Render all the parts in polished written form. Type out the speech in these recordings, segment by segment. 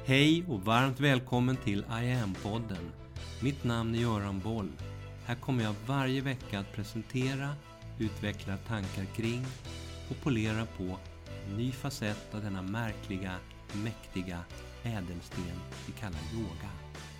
Hej och varmt välkommen till I Am-podden. Mitt namn är Göran Boll. Här kommer jag varje vecka att presentera, utveckla tankar kring och polera på en ny facett av denna märkliga, mäktiga ädelsten vi kallar yoga.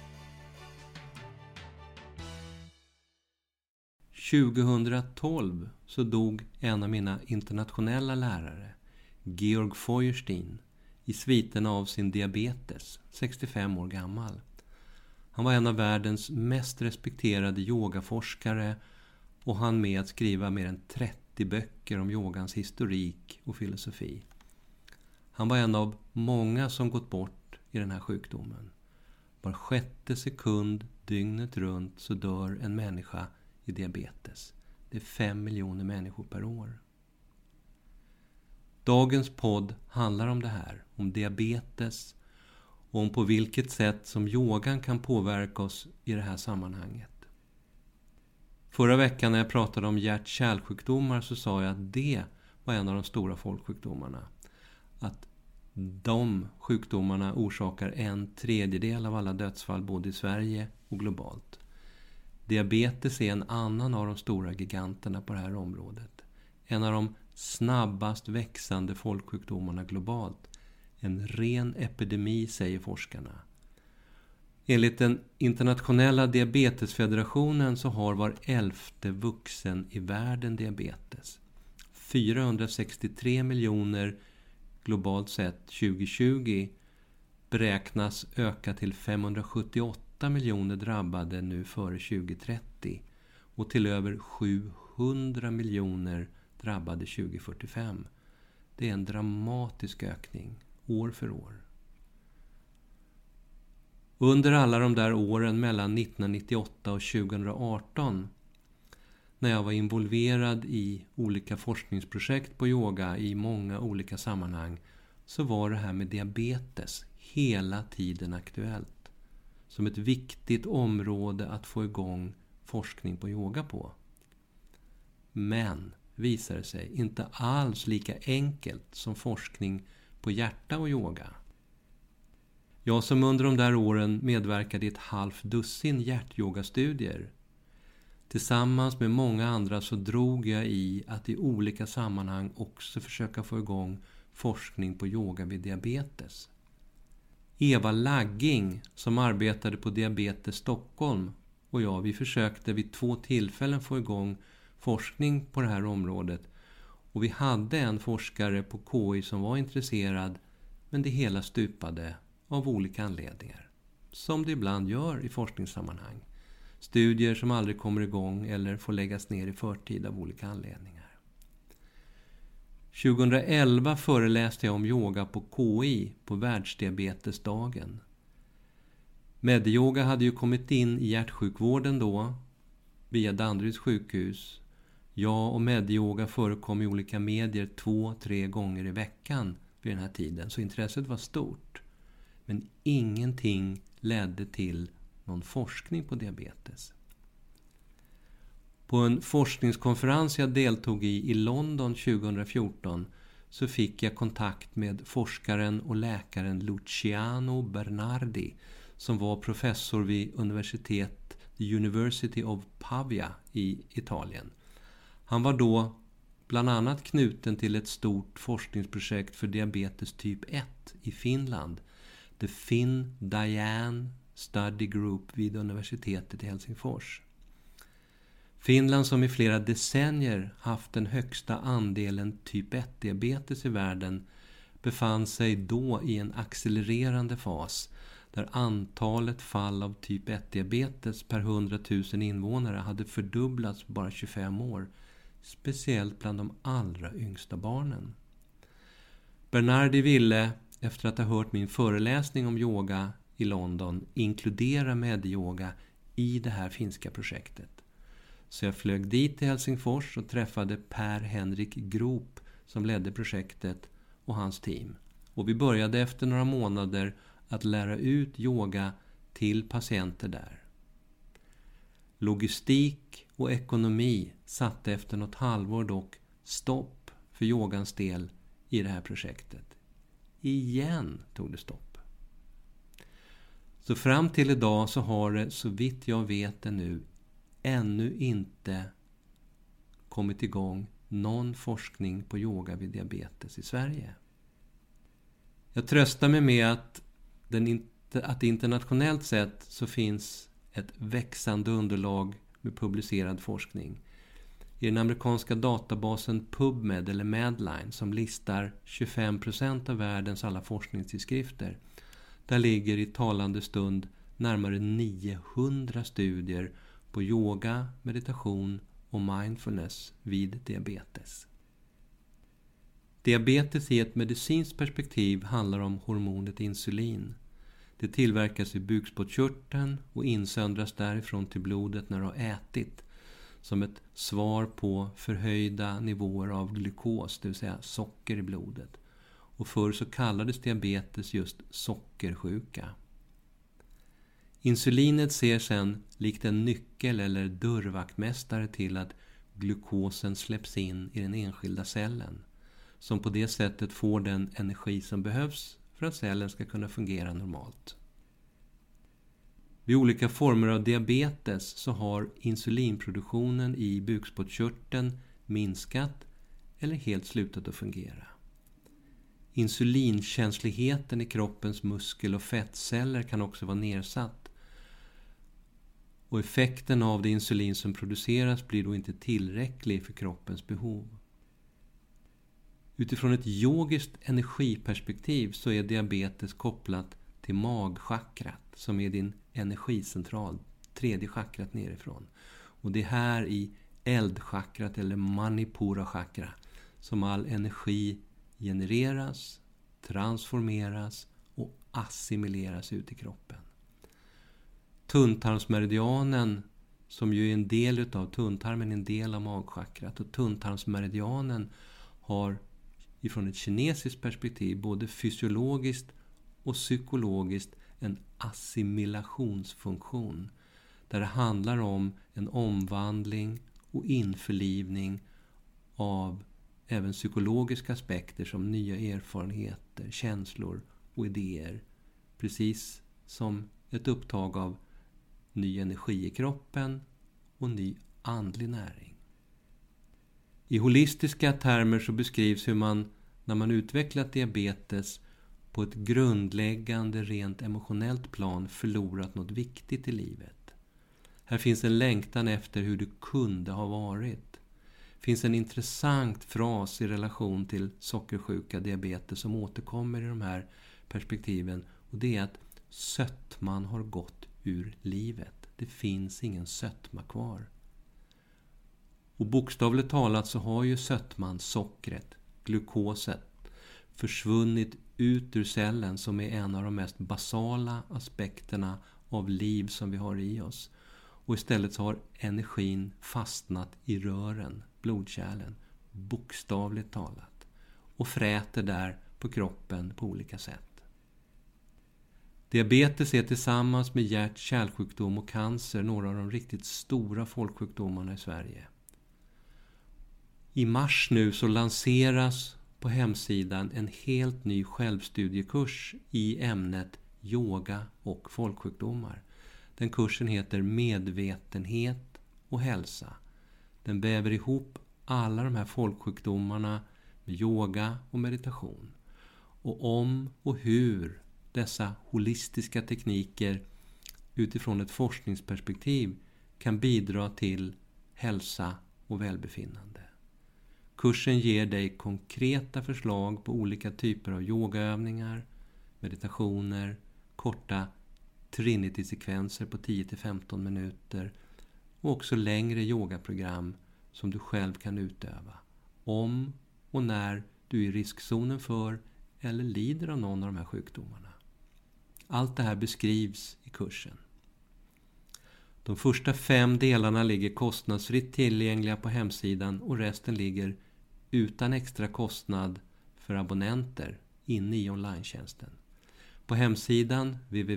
2012 så dog en av mina internationella lärare, Georg Feuerstein, i sviten av sin diabetes, 65 år gammal. Han var en av världens mest respekterade yogaforskare och han med att skriva mer än 30 böcker om yogans historik och filosofi. Han var en av många som gått bort i den här sjukdomen. Var 6:e sekund dygnet runt så dör en människa i diabetes. Det är 5 miljoner människor per år. Dagens podd handlar om det här, om diabetes och om på vilket sätt som yogan kan påverka oss i det här sammanhanget. Förra veckan när jag pratade om hjärt-kärlsjukdomar så sa jag att det var en av de stora folksjukdomarna. Att de sjukdomarna orsakar 1/3 av alla dödsfall både i Sverige och globalt. Diabetes är en annan av de stora giganterna på det här området. En av de snabbast växande folksjukdomarna globalt. En ren epidemi, säger forskarna. Enligt den internationella diabetesfederationen så har var 11:e vuxen i världen diabetes. 463 miljoner globalt sett 2020 beräknas öka till 578 miljoner drabbade nu före 2030 och till över 700 miljoner drabbade 2045. Det är en dramatisk ökning år för år. Under alla de där åren mellan 1998 och 2018 när jag var involverad i olika forskningsprojekt på yoga i många olika sammanhang så var det här med diabetes hela tiden aktuellt. Som ett viktigt område att få igång forskning på yoga på. Men visar sig inte alls lika enkelt som forskning på hjärta och yoga. Jag som under de där åren medverkade i ett halvt dussin hjärtyogastudier. Tillsammans med många andra så drog jag i att i olika sammanhang också försöka få igång forskning på yoga vid diabetes. Eva Lagging som arbetade på Diabetes Stockholm och jag, vi försökte vid 2 tillfällen få igång forskning på det här området. Och vi hade en forskare på KI som var intresserad, men det hela stupade av olika anledningar. Som det ibland gör i forskningssammanhang. Studier som aldrig kommer igång eller får läggas ner i förtid av olika anledningar. 2011 föreläste jag om yoga på KI på världsdiabetesdagen. Medyoga hade ju kommit in i hjärtsjukvården då via Danderyds sjukhus. Jag och medyoga förekom i olika medier 2-3 gånger i veckan vid den här tiden. Så intresset var stort. Men ingenting ledde till någon forskning på diabetes. På en forskningskonferens jag deltog i London 2014 så fick jag kontakt med forskaren och läkaren Luciano Bernardi som var professor vid universitet The University of Pavia i Italien. Han var då bland annat knuten till ett stort forskningsprojekt för diabetes typ 1 i Finland. The Finn Diane Study Group vid universitetet i Helsingfors. Finland som i flera decennier haft den högsta andelen typ 1-diabetes i världen befann sig då i en accelererande fas där antalet fall av typ 1-diabetes per 100 000 invånare hade fördubblats på bara 25 år, speciellt bland de allra yngsta barnen. Bernardi ville, efter att ha hört min föreläsning om yoga i London, inkludera medyoga i det här finska projektet. Så jag flög dit till Helsingfors och träffade Per-Henrik Grop som ledde projektet och hans team. Och vi började efter några månader att lära ut yoga till patienter där. Logistik och ekonomi satte efter något halvår dock stopp för yogans del i det här projektet. Igen tog det stopp. Så fram till idag så har det, så vitt jag vet det nu, ännu inte kommit igång någon forskning på yoga vid diabetes i Sverige. Jag tröstar mig med att internationellt sett så finns ett växande underlag med publicerad forskning. I den amerikanska databasen PubMed eller Medline som listar 25% av världens alla forskningstidskrifter, där ligger i talande stund närmare 900 studier på yoga, meditation och mindfulness vid diabetes. Diabetes i ett medicinskt perspektiv handlar om hormonet insulin. Det tillverkas i bukspottkörteln och insöndras därifrån till blodet när du har ätit, som ett svar på förhöjda nivåer av glukos, det vill säga socker i blodet. Och förr så kallades diabetes just sockersjuka. Insulinet ser sedan likt en nyckel eller dörrvaktmästare till att glukosen släpps in i den enskilda cellen, som på det sättet får den energi som behövs för att cellen ska kunna fungera normalt. Vid olika former av diabetes så har insulinproduktionen i bukspottkörteln minskat eller helt slutat att fungera. Insulinkänsligheten i kroppens muskel- och fettceller kan också vara nedsatt. Och effekten av det insulin som produceras blir då inte tillräcklig för kroppens behov. Utifrån ett yogiskt energiperspektiv så är diabetes kopplat till magchakrat, som är din energicentral, tredje chakrat nerifrån. Och det är här i eldchakrat eller manipura chakra som all energi genereras, transformeras och assimileras ut i kroppen. Tunntarmsmeridianen, som ju är en del utav tunntarmen, en del av magchakrat, och tunntarmsmeridianen har ifrån ett kinesiskt perspektiv både fysiologiskt och psykologiskt en assimilationsfunktion där det handlar om en omvandling och införlivning av även psykologiska aspekter som nya erfarenheter, känslor och idéer, precis som ett upptag av ny energi i kroppen och ny andlig näring. I holistiska termer så beskrivs hur man, när man utvecklat diabetes, på ett grundläggande, rent emotionellt plan förlorat något viktigt i livet. Här finns en längtan efter hur det kunde ha varit. Det finns en intressant fras i relation till sockersjuka, diabetes, som återkommer i de här perspektiven. Och det är att sötman har gått ur livet. Det finns ingen sötma kvar. Och bokstavligt talat så har ju sötman, sockret, glukoset, försvunnit ut ur cellen, som är en av de mest basala aspekterna av liv som vi har i oss. Och istället så har energin fastnat i rören, blodkärlen, bokstavligt talat, och fräter där på kroppen på olika sätt. Diabetes är tillsammans med hjärt-kärlsjukdom och cancer några av de riktigt stora folksjukdomarna i Sverige. I mars nu så lanseras på hemsidan en helt ny självstudiekurs i ämnet yoga och folksjukdomar. Den kursen heter Medvetenhet och hälsa. Den väver ihop alla de här folksjukdomarna med yoga och meditation. Och om och hur dessa holistiska tekniker utifrån ett forskningsperspektiv kan bidra till hälsa och välbefinnande. Kursen ger dig konkreta förslag på olika typer av yogaövningar, meditationer, korta Trinity-sekvenser på 10-15 minuter och också längre yogaprogram som du själv kan utöva om och när du är i riskzonen för eller lider av någon av de här sjukdomarna. Allt det här beskrivs i kursen. De första 5 delarna ligger kostnadsfritt tillgängliga på hemsidan och resten ligger utan extra kostnad för abonnenter inne i online-tjänsten. På hemsidan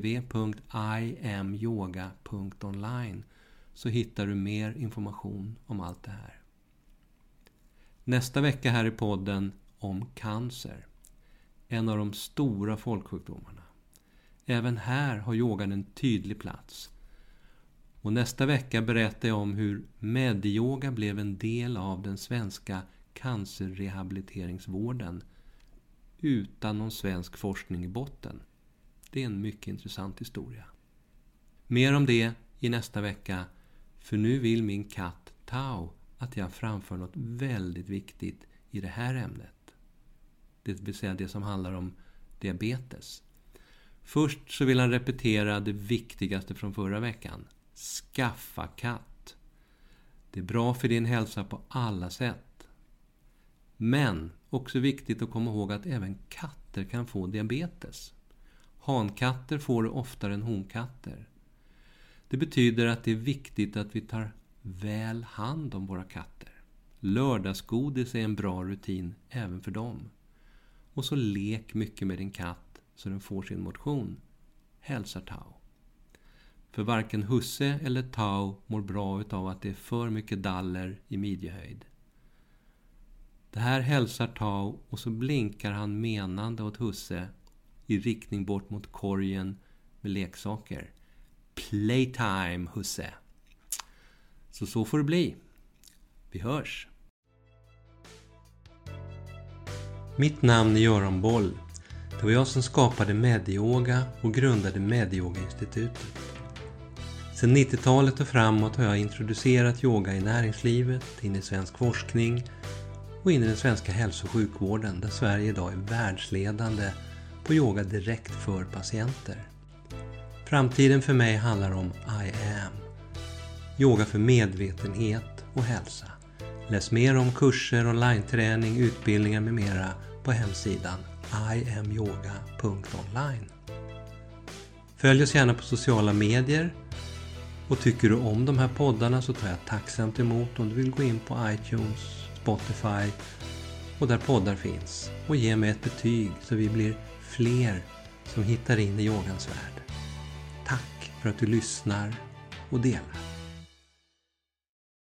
www.iamyoga.online så hittar du mer information om allt det här. Nästa vecka här i podden om cancer. En av de stora folksjukdomarna. Även här har yogan en tydlig plats. Och nästa vecka berättar jag om hur medyoga blev en del av den svenska cancerrehabiliteringsvården utan någon svensk forskning i botten. Det är en mycket intressant historia. Mer om det i nästa vecka, för nu vill min katt Tao att jag framför något väldigt viktigt i det här ämnet. Det vill säga det som handlar om diabetes. Först så vill han repetera det viktigaste från förra veckan. Skaffa katt. Det är bra för din hälsa på alla sätt. Men också viktigt att komma ihåg att även katter kan få diabetes. Hankatter får det oftare än honkatter. Det betyder att det är viktigt att vi tar väl hand om våra katter. Lördagsgodis är en bra rutin även för dem. Och så lek mycket med din katt så den får sin motion. Hälsar Tao. För varken husse eller Tao mår bra av att det är för mycket daller i midjehöjd. Det här hälsar Tao och så blinkar han menande åt husse i riktning bort mot korgen med leksaker. Playtime, husse. Så får det bli. Vi hörs. Mitt namn är Göran Boll. Det var jag som skapade Medyoga och grundade Medyoga-institutet. Sedan 90-talet och framåt har jag introducerat yoga i näringslivet, in i svensk forskning och in i den svenska hälso- och sjukvården där Sverige idag är världsledande på yoga direkt för patienter. Framtiden för mig handlar om I am. Yoga för medvetenhet och hälsa. Läs mer om kurser, online-träning, utbildningar med mera på hemsidan iamyoga.online. Följ oss gärna på sociala medier. Och tycker du om de här poddarna så tar jag tacksamt emot om du vill gå in på iTunes, Spotify och där poddar finns. Och ge mig ett betyg så vi blir fler som hittar in i yogans värld. Tack för att du lyssnar och delar.